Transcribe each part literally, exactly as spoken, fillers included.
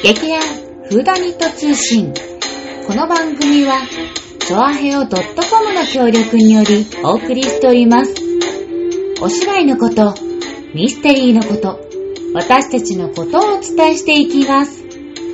劇団フーダニット通信。この番組はチョアヘオ .com の協力によりお送りしております。お芝居のこと、ミステリーのこと、私たちのことをお伝えしていきます。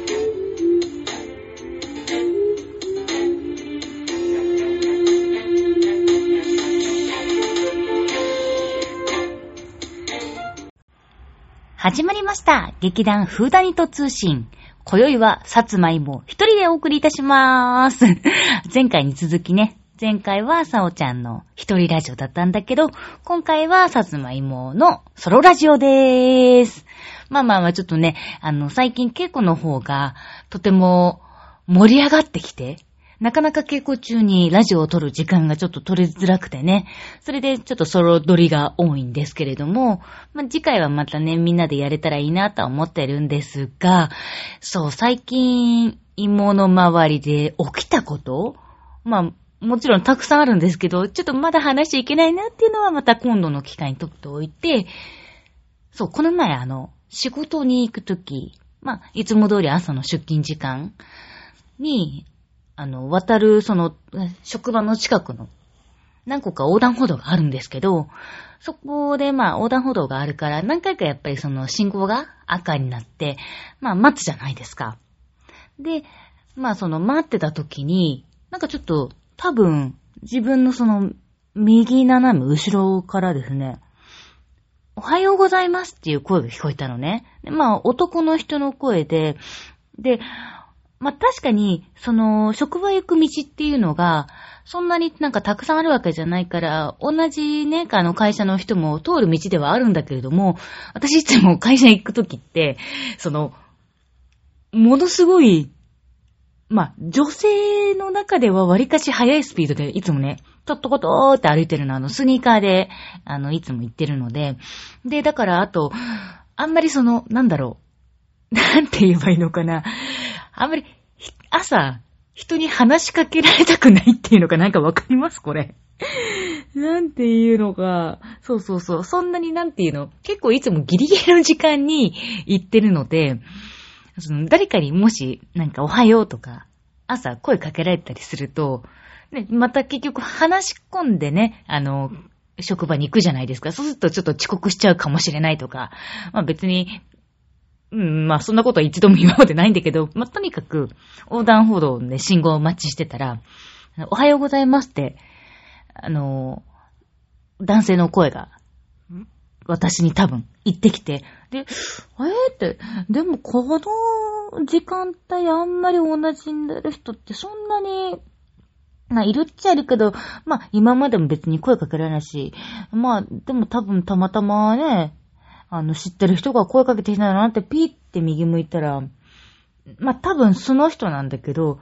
始まりました。劇団フーダニット通信。今宵はさつまいも一人でお送りいたします。前回に続きね、前回はさおちゃんの一人ラジオだったんだけど、今回はさつまいものソロラジオでーす。まあまあまあちょっとね、あの最近稽古の方がとても盛り上がってきて、なかなか稽古中にラジオを撮る時間がちょっと撮りづらくてね。それでちょっとソロ撮りが多いんですけれども、まあ、次回はまたね、みんなでやれたらいいなとは思ってるんですが、そう、最近、芋の周りで起きたことまあ、もちろんたくさんあるんですけど、ちょっとまだ話しちゃいけないなっていうのはまた今度の機会に撮っておいて、そう、この前あの、仕事に行くとき、まあ、いつも通り朝の出勤時間に、あの、渡る、その、職場の近くの、何個か横断歩道があるんですけど、そこで、まあ、横断歩道があるから、何回かやっぱりその、信号が赤になって、まあ、待つじゃないですか。で、まあ、その、待ってた時に、なんかちょっと、多分、自分のその、右斜め後ろからですね、おはようございますっていう声が聞こえたのね。でまあ、男の人の声で、で、まあ、確かに、その、職場行く道っていうのが、そんなになんかたくさんあるわけじゃないから、同じね、あの会社の人も通る道ではあるんだけれども、私いつも会社行くときって、その、ものすごい、まあ、女性の中では割かし速いスピードで、いつもね、とっとことーって歩いてるの、あの、スニーカーで、あの、いつも行ってるので、で、だからあと、あんまりその、なんだろう、なんて言えばいいのかな、あんまり、朝、人に話しかけられたくないっていうのかなんかわかりますこれ。なんていうのか、そうそうそう、そんなになんていうの、結構いつもギリギリの時間に行ってるので、その誰かにもし、なんかおはようとか、朝声かけられたりすると、ね、また結局話し込んでね、あの、職場に行くじゃないですか。そうするとちょっと遅刻しちゃうかもしれないとか、まあ別に、うん、まあそんなことは一度も今までないんだけど、まあとにかく横断歩道で信号を待ちしてたら、おはようございますって、あの、男性の声が、私に多分言ってきて、で、えーって、でもこの時間帯あんまり同じになる人ってそんなに、まあいるっちゃいるけど、まあ今までも別に声かけられないし、まあでも多分たまたまね、あの、知ってる人が声かけてきたんだなってピーって右向いたら、まあ、多分その人なんだけど、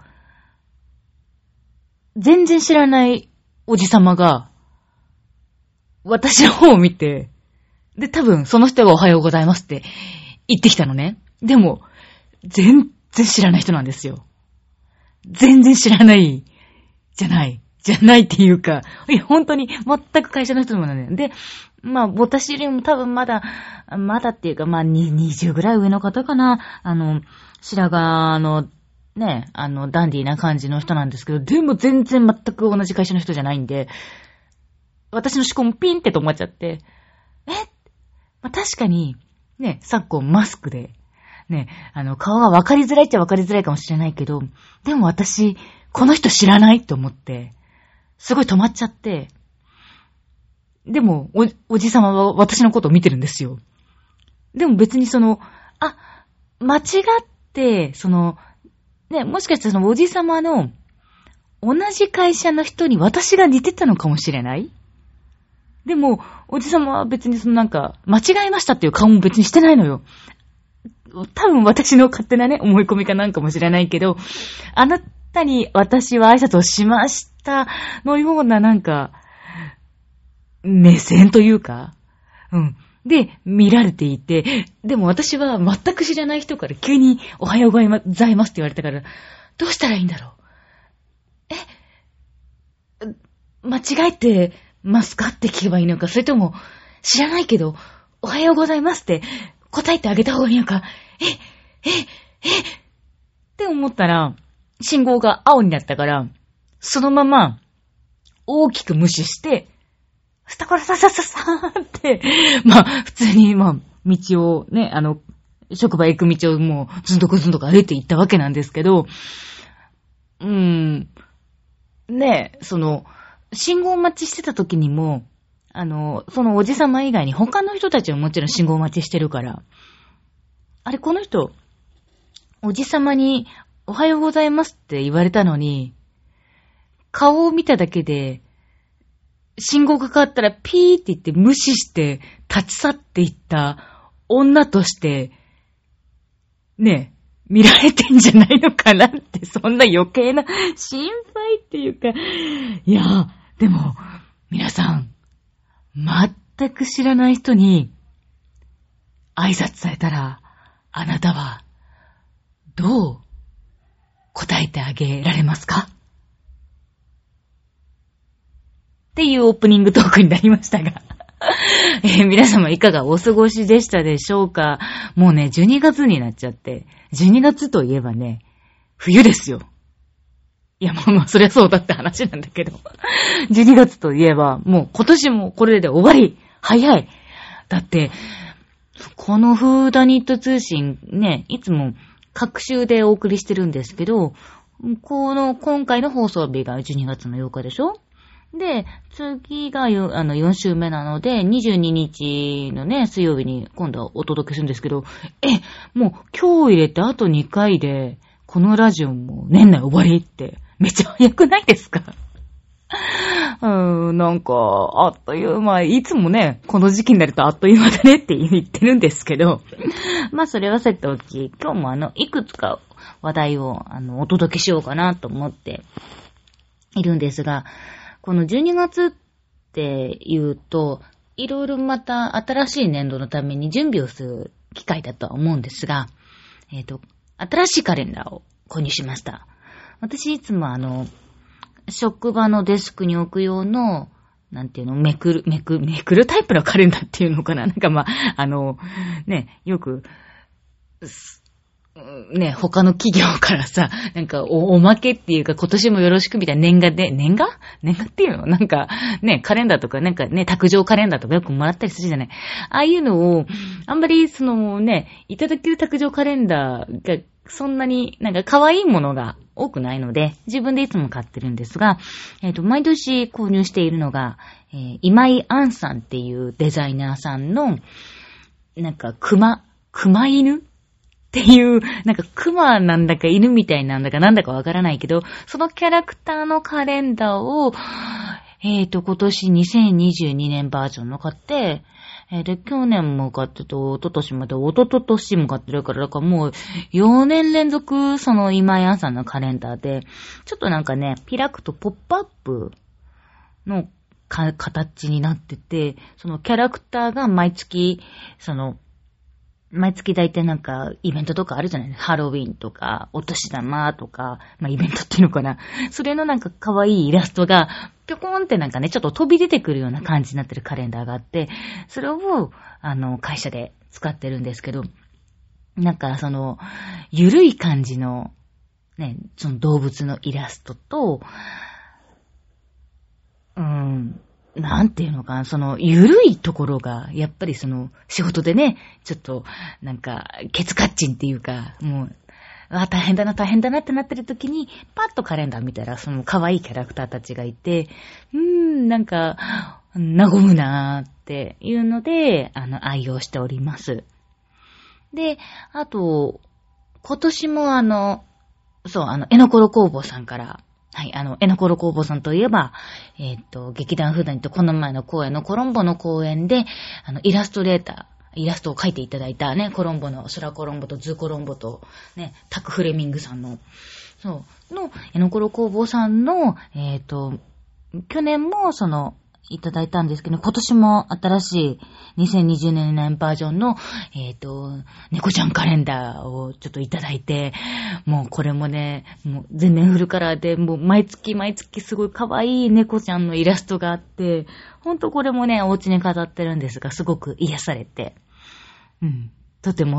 全然知らないおじさまが、私の方を見て、で、多分その人がおはようございますって言ってきたのね。でも、全然知らない人なんですよ。全然知らない、じゃない。じゃないっていうか、いや、本当に全く会社の人なんだよ。で、まあ、私よりも多分まだ、まだっていうか、まあ、にじゅうぐらい上の方かな。あの、白髪の、ね、あの、ダンディーな感じの人なんですけど、でも全然全く同じ会社の人じゃないんで、私の思考もピンって止まっちゃって、え、まあ、確かに、ね、昨今マスクで、ね、あの、顔が分かりづらいっちゃ分かりづらいかもしれないけど、でも私、この人知らないと思って、すごい止まっちゃって、でも、お、おじさまは私のことを見てるんですよ。でも別にその、あ、間違って、その、ね、もしかしてそのおじさまの同じ会社の人に私が似てたのかもしれない？でも、おじさまは別にそのなんか、間違えましたっていう顔も別にしてないのよ。多分私の勝手なね、思い込みかなんかもしれないけど、あなたに私は挨拶をしましたのようななんか、目線というか、うん。で、見られていて、でも私は全く知らない人から急におはようございますって言われたから、どうしたらいいんだろう。え、間違えてますかって聞けばいいのか、それとも知らないけど、おはようございますって答えてあげた方がいいのか、え、え、え、 って思ったら、信号が青になったから、そのまま大きく無視して、スタコラササササーって、まあ普通にまあ道をね、あの、職場行く道をもうずんどくずんどく歩いて行ったわけなんですけど、うーん、ねえ、その、信号待ちしてた時にも、あの、そのおじさま以外に他の人たちももちろん信号待ちしてるから、あれ、この人、おじさまにおはようございますって言われたのに、顔を見ただけで、信号が変わったらピーって言って無視して立ち去っていった女として、ねえ、見られてんじゃないのかなって、そんな余計な心配っていうか、いや、でも、皆さん、全く知らない人に挨拶されたら、あなたは、どう答えてあげられますか？っていうオープニングトークになりましたが、えー、皆様いかがお過ごしでしたでしょうか？もうね、じゅうにがつになっちゃって、じゅうにがつといえばね、冬ですよ。いや、もう、まあ、そりゃそうだって話なんだけど。じゅうにがつといえば、もう今年もこれで終わり。早い。だって、このフーダニット通信ね、いつも各週でお送りしてるんですけど、この、今回の放送日がじゅうにがつのようかでしょ？で、次がよあのよん週目なので、にじゅうににちのね、水曜日に今度はお届けするんですけど、え、もう今日入れてあとにかいで、このラジオも年内終わりって、めっちゃ早くないですか？うーん、なんか、あっという間、いつもね、この時期になるとあっという間だねって言ってるんですけど、まあそれはさておき、今日もあの、いくつか話題をあの、お届けしようかなと思っているんですが、このじゅうにがつって言うと、いろいろまた新しい年度のために準備をする機会だとは思うんですが、えっと、新しいカレンダーを購入しました。私いつもあの、職場のデスクに置く用の、なんていうの、めくる、めく、めくるタイプのカレンダーっていうのかな？なんかまあ、あの、ね、よく、ね、他の企業からさ、なんかお、おまけっていうか今年もよろしくみたいな年賀で、年賀年賀っていうのなんか、ね、カレンダーとかなんかね、卓上カレンダーとかよくもらったりするじゃない。ああいうのを、あんまりそのね、いただける卓上カレンダーがそんなになんか可愛いものが多くないので、自分でいつも買ってるんですが、えっと、毎年購入しているのが、えー、今井杏さんっていうデザイナーさんの、なんか熊、熊犬っていう、なんか熊なんだか犬みたいなんだかなんだかわからないけど、そのキャラクターのカレンダーを、えっと、今年にせんにじゅうにねんバージョンの買って、えー、で、去年も買ってと、一昨年まで、一昨年も買ってるから、だからもうよねん連続その今井杏さんのカレンダーで、ちょっとなんかね、開くとポップアップのか形になってて、そのキャラクターが毎月、その、毎月大体なんかイベントとかあるじゃないですか。ハロウィンとか、お年玉とか、まあイベントっていうのかな。それのなんか可愛いイラストが、ぴょこーんってなんかね、ちょっと飛び出てくるような感じになってるカレンダーがあって、それを、あの、会社で使ってるんですけど、なんかその、ゆるい感じの、ね、その動物のイラストと、うーん、なんていうのかな、その、ゆるいところが、やっぱりその、仕事でね、ちょっと、なんか、ケツカッチンっていうか、もう、あ、大変だな、大変だなってなってる時に、パッとカレンダー見たら、その、可愛いキャラクターたちがいて、うーん、なんか、和むなーっていうので、あの、愛用しております。で、あと、今年もあの、そう、あの、えのころ工房さんから、はい、あの、えのころ工房さんといえば、えっと、劇団フーダニットこの前の公演のコロンボの公演で、あの、イラストレーター、イラストを描いていただいたね、コロンボの、空コロンボとズーコロンボと、ね、タクフレミングさんの、そう、の、えのころ工房さんの、えっと、去年もその、いただいたんですけど、今年も新しいにせんにじゅうねんバージョンの、えっと、猫ちゃんカレンダーをちょっといただいて、もうこれもね、もう全面フルカラーで、もう毎月毎月すごい可愛い猫ちゃんのイラストがあって、ほんとこれもね、お家に飾ってるんですが、すごく癒されて、うん、とても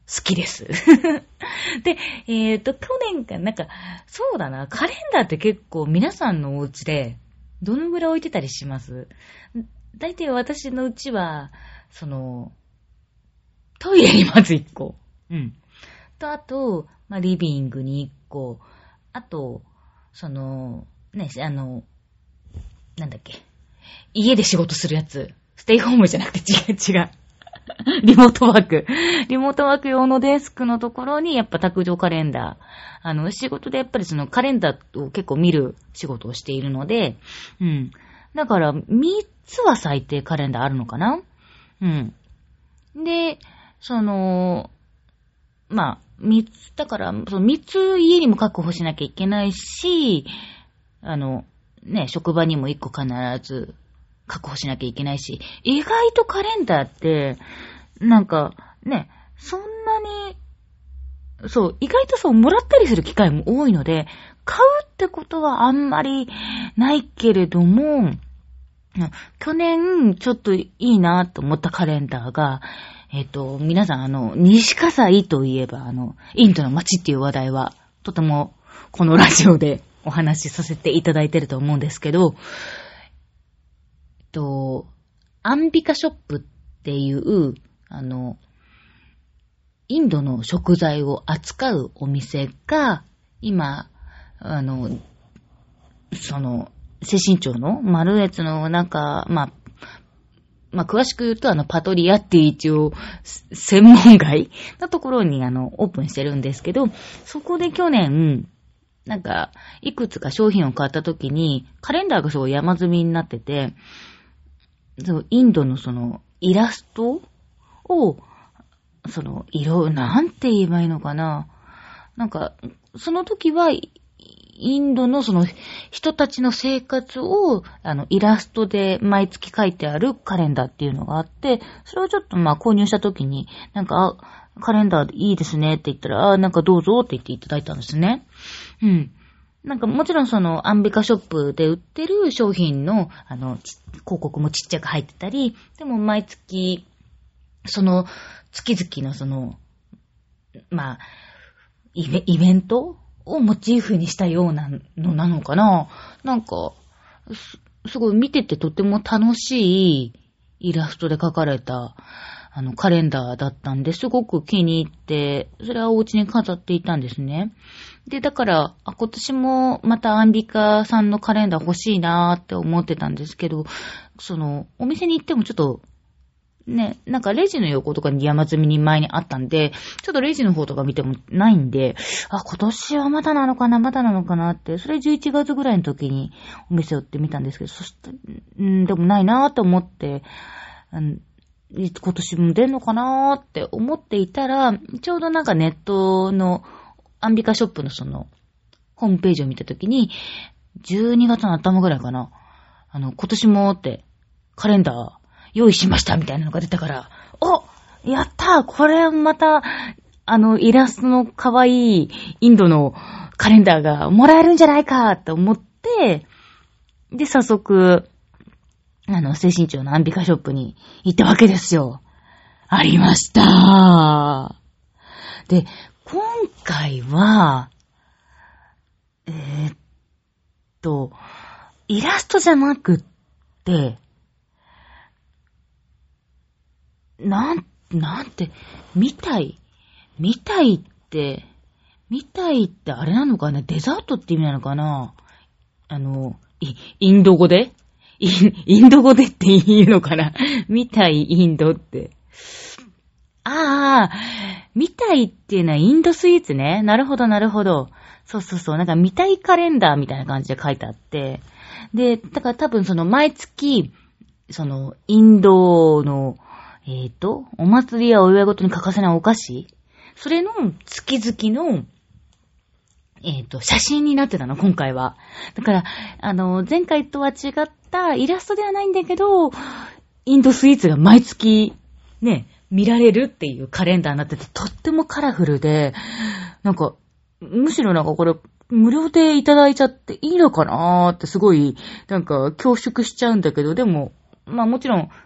好きです。で、えっと、去年か、なんか、そうだな、カレンダーって結構皆さんのお家で、どのぐらい置いてたりします？大体私の家は、その、トイレにまずいっこ。うん。と、あと、まあ、リビングにいっこ。あと、その、ね、あの、なんだっけ。家で仕事するやつ。ステイホームじゃなくて違う違う。リモートワーク。リモートワーク用のデスクのところにやっぱ卓上カレンダー。あの、仕事でやっぱりそのカレンダーを結構見る仕事をしているので、うん。だからみっつは最低カレンダーあるのかな？うん。で、その、まあ、みっつ、だから、そのみっつ家にも確保しなきゃいけないし、あの、ね、職場にもいっこ必ず確保しなきゃいけないし、意外とカレンダーって、なんか、ね、そんなに、そう、意外とそう、もらったりする機会も多いので、買うってことはあんまりないけれども、去年、ちょっといいなと思ったカレンダーが、えっと、皆さん、あの、西葛西といえば、あの、インドの街っていう話題は、とても、このラジオでお話しさせていただいてると思うんですけど、えっと、アンビカショップっていう、あの、インドの食材を扱うお店が、今、あの、その、精神庁のマルエツのなんか、まあ、まあ、詳しく言うと、あの、パトリアっていう一応、専門街のところに、あの、オープンしてるんですけど、そこで去年、なんか、いくつか商品を買った時に、カレンダーがすごい山積みになってて、そう、インドのその、イラストを、その、色、なんて言えばいいのかな。なんか、その時は、インドのその人たちの生活をあのイラストで毎月書いてあるカレンダーっていうのがあって、それをちょっとまあ購入した時になんかカレンダーいいですねって言ったら、あなんかどうぞって言っていただいたんですね。うん。なんかもちろんそのアンビカショップで売ってる商品のあの広告もちっちゃく入ってたり、でも毎月その月々のそのまあイベ、イベントをモチーフにしたようなのなのかな？なんか、す、すごい見ててとても楽しいイラストで描かれた、あの、カレンダーだったんで、すごく気に入って、それはお家に飾っていたんですね。で、だから、あ、今年もまたアンビカさんのカレンダー欲しいなーって思ってたんですけど、その、お店に行ってもちょっと、ね、なんかレジの横とかに山積みに前にあったんで、ちょっとレジの方とか見てもないんで、あ、今年はまだなのかな、まだなのかなって、それじゅういちがつぐらいの時にお店を売ってみたんですけど、そして、んでもないなーと思って、うん、今年も出んのかなーって思っていたら、ちょうどなんかネットのアンビカショップのその、ホームページを見た時に、じゅうにがつの頭ぐらいかな、あの、今年もって、カレンダー、用意しましたみたいなのが出たから、おやったーこれまた、あの、イラストの可愛いインドのカレンダーがもらえるんじゃないかって思って、で、早速、あの、精神庁のアンビカショップに行ったわけですよ。ありましたー。で、今回は、えー、っと、イラストじゃなくって、なん、なんて、見たい見たいって、見たいってあれなのかな？デザートって意味なのかな？あの、イ、インド語でイン、インド語でって言うのかな？見たいインドって。ああ、見たいっていうのはインドスイーツね。なるほどなるほど。そうそうそう。なんか見たいカレンダーみたいな感じで書いてあって。で、だから多分その毎月、そのインドのえっと、お祭りやお祝いごとに欠かせないお菓子？それの月々の、えっと、写真になってたの、今回は。だから、あの、前回とは違ったイラストではないんだけど、インドスイーツが毎月、ね、見られるっていうカレンダーになってて、とってもカラフルで、なんか、むしろなんかこれ、無料でいただいちゃっていいのかなーってすごい、なんか恐縮しちゃうんだけど、でも、まあもちろん、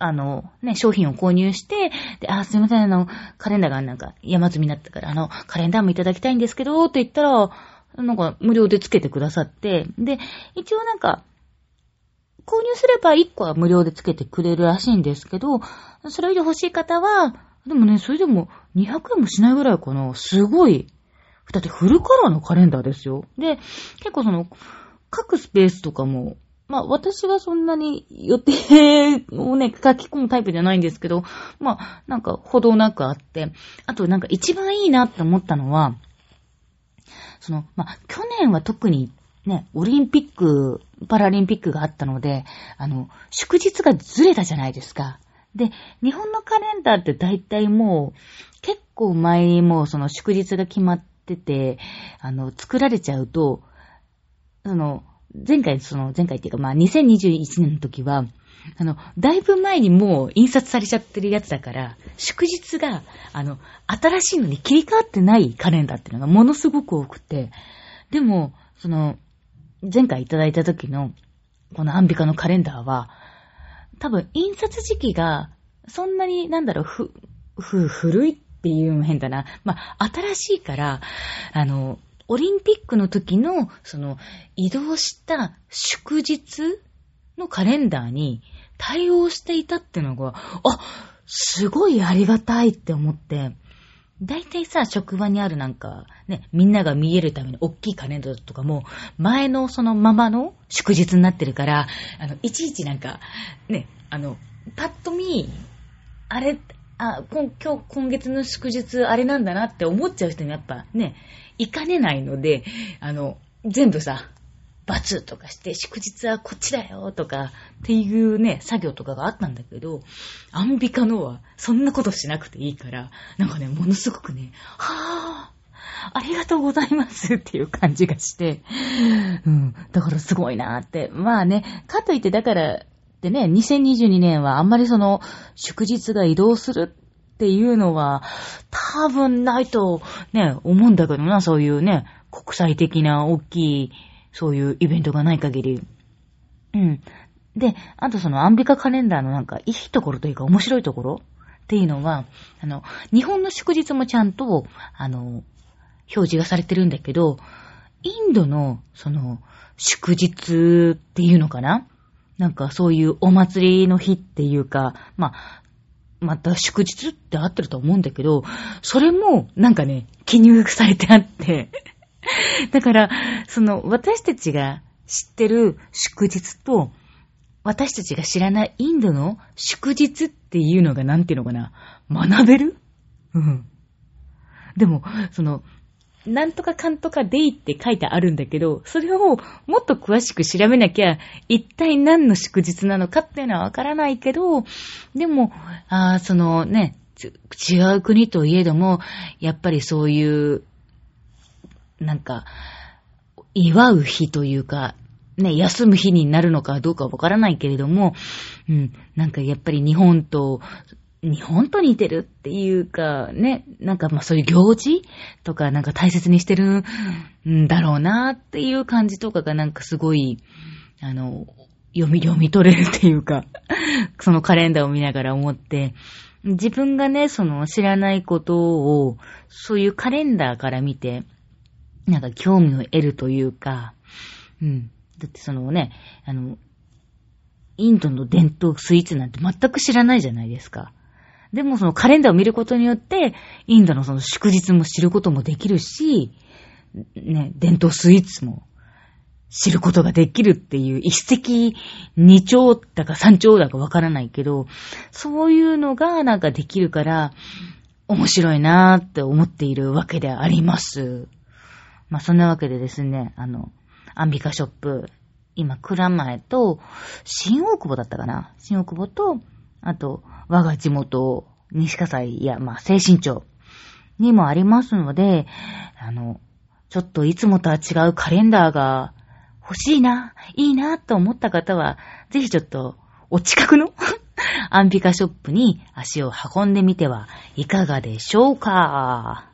あの、ね、商品を購入して、で、あ、すいません、あの、カレンダーがなんか山積みになったから、あの、カレンダーもいただきたいんですけど、って言ったら、なんか無料でつけてくださって、で、一応なんか、購入すればいっこは無料でつけてくれるらしいんですけど、それ以上欲しい方は、でもね、それでもにひゃくえんもしないぐらいかな。すごい。だってフルカラーのカレンダーですよ。で、結構その、各スペースとかも、まあ私はそんなに予定をね、書き込むタイプじゃないんですけど、まあなんかほどなくあって、あとなんか一番いいなって思ったのは、その、まあ去年は特にね、オリンピック、パラリンピックがあったので、あの、祝日がずれたじゃないですか。で、日本のカレンダーって大体もう、結構前にもうその祝日が決まってて、あの、作られちゃうと、その、前回、その、前回っていうかまあにせんにじゅういちねんの時は、あの、だいぶ前にもう印刷されちゃってるやつだから、祝日が、あの、新しいのに切り替わってないカレンダーっていうのがものすごく多くて、でも、その、前回いただいた時の、このアンビカのカレンダーは、多分、印刷時期が、そんなに、なんだろう、ふ、ふ、古いっていうの変だな。まあ、新しいから、あの、オリンピックの時の、その、移動した祝日のカレンダーに対応していたっていうのが、あ、すごいありがたいって思って、だいたいさ、職場にあるなんか、ね、みんなが見えるための大きいカレンダーとかも、前のそのままの祝日になってるから、あの、いちいちなんか、ね、あの、パッと見、あれ、あ、今今日、今月の祝日、あれなんだなって思っちゃう人にやっぱね、いかねないので、あの、全部さ、バツとかして、祝日はこっちだよとかっていうね、作業とかがあったんだけど、アンビカのはそんなことしなくていいから、なんかね、ものすごくね、はぁ、ありがとうございますっていう感じがして、うん、だからすごいなーって。まあね、かといってだからってね、にせんにじゅうにねんはあんまりその、祝日が移動するっていうのは、多分ないとね、思うんだけどな、そういうね、国際的な大きい、そういうイベントがない限り。うん。で、あとそのアンビカカレンダーのなんかいいところというか面白いところっていうのは、あの、日本の祝日もちゃんと、あの、表示がされてるんだけど、インドのその祝日っていうのかな？なんかそういうお祭りの日っていうか、まあ、また祝日って合ってると思うんだけど、それもなんかね、記入されてあって、だから、その、私たちが知ってる祝日と、私たちが知らないインドの祝日っていうのがなんていうのかな、学べる？うん。でも、その、なんとかかんとかデイって書いてあるんだけど、それをもっと詳しく調べなきゃ、一体何の祝日なのかっていうのはわからないけど、でも、あそのね、違う国といえども、やっぱりそういう、なんか、祝う日というか、ね、休む日になるのかどうかわからないけれども、うん、なんかやっぱり日本と、日本と似てるっていうか、ね、なんかまあそういう行事とかなんか大切にしてるんだろうなっていう感じとかがなんかすごい、あの、読み、読み取れるっていうか、そのカレンダーを見ながら思って、自分がね、その知らないことを、そういうカレンダーから見て、なんか興味を得るというか、うん。だってそのね、あの、インドの伝統スイーツなんて全く知らないじゃないですか。でもそのカレンダーを見ることによって、インドのその祝日も知ることもできるし、ね、伝統スイーツも知ることができるっていう一石二鳥だか三鳥だかわからないけど、そういうのがなんかできるから面白いなーって思っているわけであります。まあそんなわけでですね、あの、アンビカショップ、今、蔵前と、新大久保だったかな？新大久保と、あと、我が地元、西葛西や、まあ、西新町にもありますので、あの、ちょっといつもとは違うカレンダーが欲しいな、いいなと思った方は、ぜひちょっと、お近くのアンビカショップに足を運んでみてはいかがでしょうか？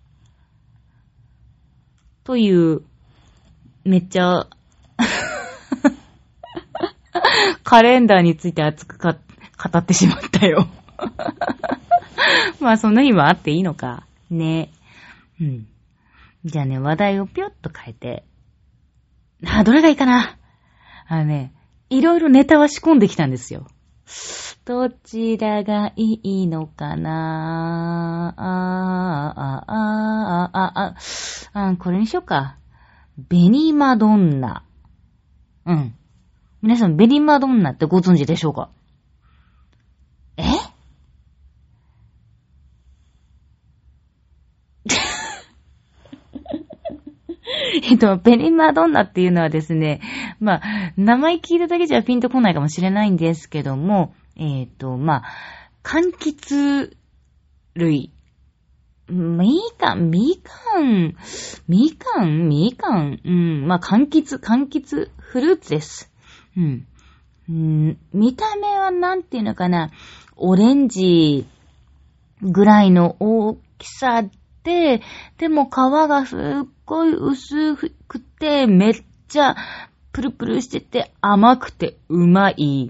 という、めっちゃ、カレンダーについて熱くか語ってしまったよ。まあそんな日もあっていいのか。ね。うん。じゃあね、話題をぴょっと変えて。あ、どれがいいかな。あのね、いろいろネタは仕込んできたんですよ。どちらがいいのかなああ、ああ、ああ、ああ、これにしようか。ベニマドンナ。うん。皆さん、ベニマドンナってご存知でしょうか？ええっと、ベニマドンナっていうのはですね、まあ、名前聞いただけじゃピンとこないかもしれないんですけども、えっと、まあ、柑橘類。みかん、みかん、みかん、みかん、うん、まあ、柑橘、柑橘、フルーツです。うん。うん、見た目はなんていうのかな、オレンジぐらいの大きさで、でも皮がすっごい薄くて、めっちゃプルプルしてて甘くてうまい。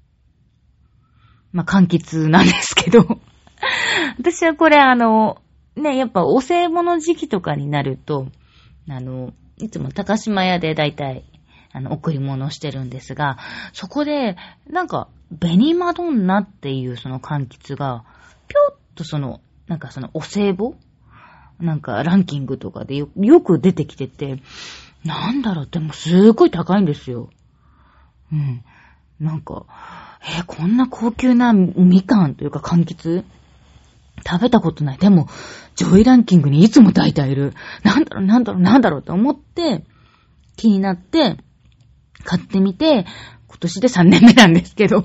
まあ、柑橘なんですけど。私はこれあの、ね、やっぱお歳暮の時期とかになると、あの、いつも高島屋でだいたい、あの、贈り物をしてるんですが、そこで、なんか、ベニマドンナっていうその柑橘が、ぴょっとその、なんかそのお歳暮なんかランキングとかで よ, よく出てきてて、なんだろう、でもすごい高いんですよ。うん。なんか、えー、こんな高級なみかんというか柑橘食べたことない。でも、上位ランキングにいつも大体いる。なんだろう、なんだろう、なんだろうと思って、気になって、買ってみて、今年でさんねんめなんですけど。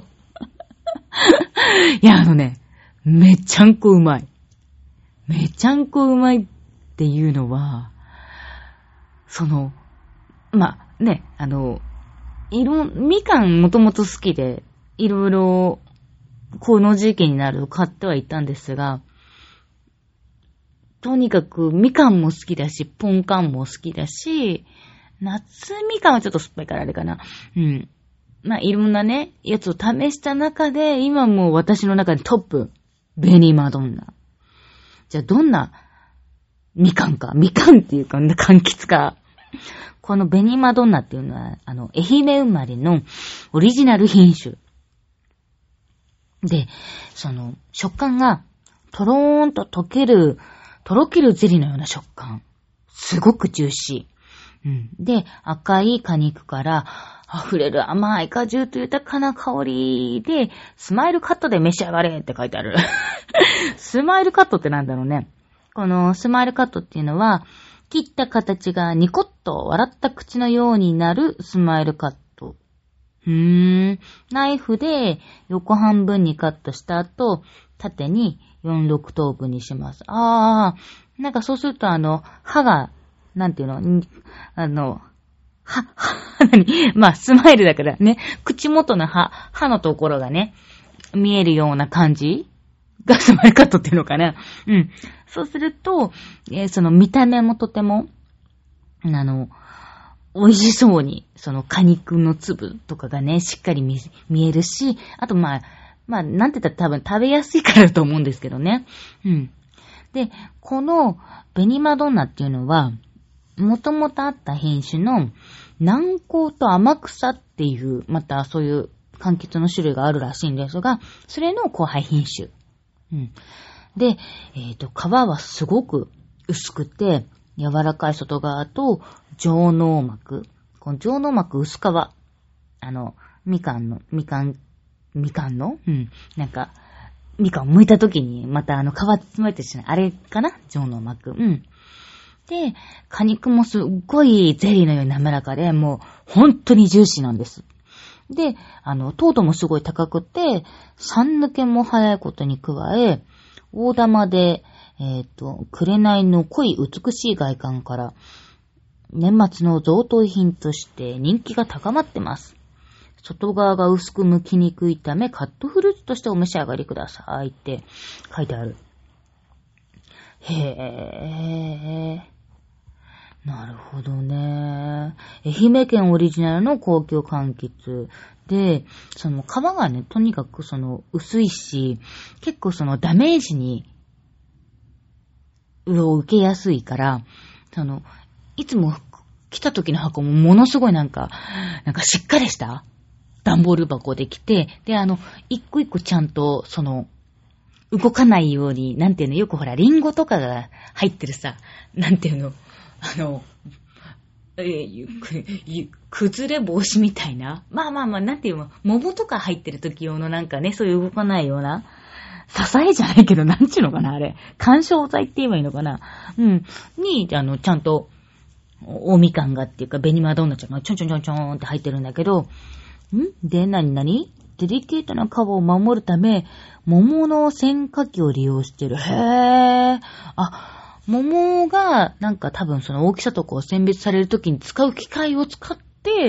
いや、あのね、めちゃんこうまい。めちゃんこうまいっていうのは、その、まあ、ね、あの、いろ、みかんもともと好きで、いろいろ、この時期になると買ってはいたんですが、とにかくみかんも好きだし、ポンカンも好きだし、夏みかんはちょっと酸っぱいからあれかな。うん。まあ、いろんなね、やつを試した中で、今もう私の中でトップ、ベニマドンナ。じゃあ、どんなみかんか、みかんっていうか、柑橘か。このベニマドンナっていうのは、あの、愛媛生まれのオリジナル品種。で、その、食感が、とろーんと溶ける、とろけるゼリーのような食感。すごくジューシー。うん、で、赤い果肉から溢れる甘い果汁と豊かな香りで、スマイルカットで召し上がれって書いてある。スマイルカットってなんだろうね。このスマイルカットっていうのは、切った形がニコッと笑った口のようになるスマイルカット。うーん。ナイフで横半分にカットした後、縦によん、ろく等分にします。あー、なんかそうするとあの、歯が、なんていうの、あの、は、は、なに、まあ、スマイルだからね、口元の歯、歯のところがね、見えるような感じがスマイルカットっていうのかな。うん。そうすると、えー、その見た目もとても、あの、美味しそうに、その果肉の粒とかがね、しっかり 見, 見えるし、あとまあ、まあ、なんて言ったら多分食べやすいからだと思うんですけどね。うん。で、このベニマドンナっていうのは、もともとあった品種の南高と天草っていう、またそういう柑橘の種類があるらしいんですが、それの交配品種。うん。で、えっと、皮はすごく薄くて、柔らかい外側と上脳膜。この上脳膜薄皮。あの、みかんの、みかん、みかんのうん。なんか、みかんを剥いた時に、またあの、皮包まれてしない。あれかな上脳膜。うん。で、果肉もすっごいゼリーのように滑らかで、もう本当にジューシーなんです。で、あの、糖度もすごい高くて、酸抜けも早いことに加え、大玉で、えっと、紅の濃い美しい外観から、年末の贈答品として人気が高まってます。外側が薄く剥きにくいため、カットフルーツとしてお召し上がりくださいって書いてある。へぇー。 なるほどね。愛媛県オリジナルの高級柑橘で、その皮がね、とにかくその薄いし、結構そのダメージに、を受けやすいから、その、いつも来た時の箱もものすごいなんか、なんかしっかりした段ボール箱で来て、で、あの、一個一個ちゃんと、その、動かないように、なんていうの、よくほら、リンゴとかが入ってるさ、なんていうの、あの、えー、く、崩れ防止みたいな。まあまあまあ、なんていうの、桃とか入ってる時用のなんかね、そういう動かないような、支えじゃないけど、なんちゅうのかな、あれ。干渉剤って言えばいいのかな。うん。に、あの、ちゃんと、おみかんがっていうか、紅マドンナちゃんがちょんちょんちょんちょんって入ってるんだけど、んで、なになにデリケートな皮を守るため、桃の選果器を利用してる。へー。あ、桃が、なんか多分その大きさとかを選別されるときに使う機械を使って、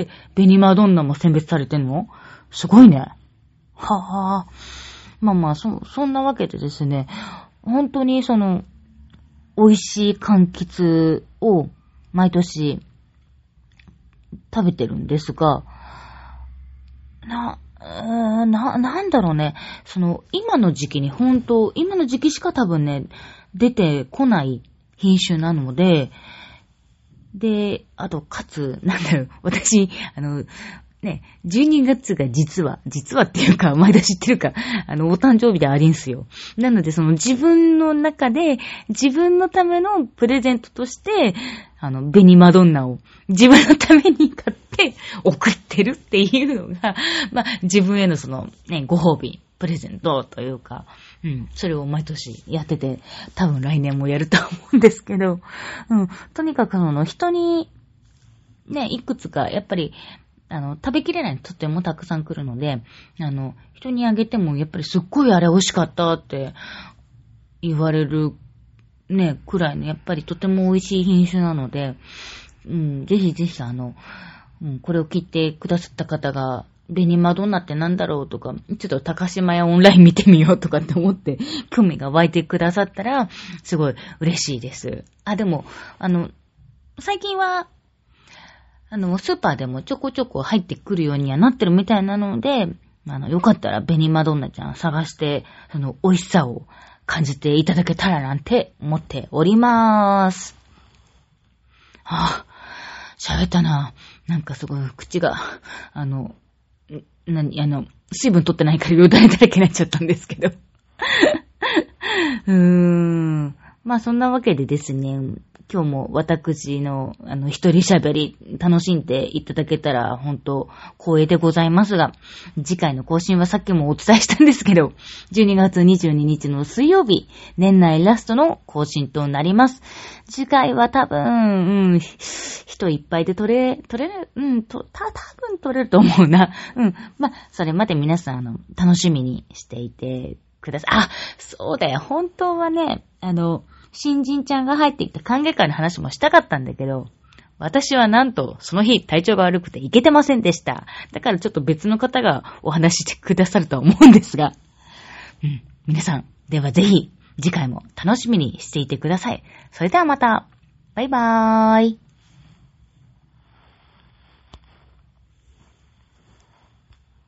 紅マドンナも選別されてんの？すごいね。はぁ。まあまあ、そ、そんなわけでですね、本当にその、美味しい柑橘を毎年食べてるんですが、な、な、なんだろうね、その、今の時期に本当、今の時期しか多分ね、出てこない品種なので、で、あと、かつ、なんだろう、私、あの、ね、じゅうにがつが実は、実はっていうか、毎年知ってるか、あの、お誕生日でありんすよ。なので、その自分の中で、自分のためのプレゼントとして、あの、紅マドンナを自分のために買って送ってるっていうのが、まあ、自分へのその、ね、ご褒美、プレゼントというか、うん、それを毎年やってて、多分来年もやると思うんですけど、うん、とにかくその、人に、ね、いくつか、やっぱり、あの、食べきれないとってもたくさん来るので、あの、人にあげてもやっぱりすっごいあれ美味しかったって言われるね、くらいのやっぱりとても美味しい品種なので、うん、ぜひぜひあの、うん、これを聞いてくださった方が、紅マドンナってなんだろうとか、ちょっと高島屋オンライン見てみようとかって思って興味が湧いてくださったら、すごい嬉しいです。あ、でも、あの、最近は、あの、スーパーでもちょこちょこ入ってくるようにはなってるみたいなので、あの、よかったら紅マドンナちゃん探して、その美味しさを感じていただけたらなんて思っておりまーす。はぁ、喋ったな。なんかすごい口が、あの、なに、あの、水分取ってないからよだれだらけになっちゃったんですけど。うーん。まあそんなわけでですね、今日も私のあの一人喋り楽しんでいただけたら本当光栄でございますが、次回の更新はさっきもお伝えしたんですけど、じゅうにがつにじゅうににちの水曜日、年内ラストの更新となります。次回は多分、うん、人いっぱいで撮れ、撮れる、うん、と、た、多分撮れると思うな。うん。まあ、それまで皆さんあの、楽しみにしていてください。あ、そうだよ。本当はね、あの、新人ちゃんが入ってきた歓迎会の話もしたかったんだけど、私はなんとその日体調が悪くて行けてませんでした。だからちょっと別の方がお話してくださるとは思うんですが、うん、皆さん、ではぜひ次回も楽しみにしていてください。それではまた、バイバーイ。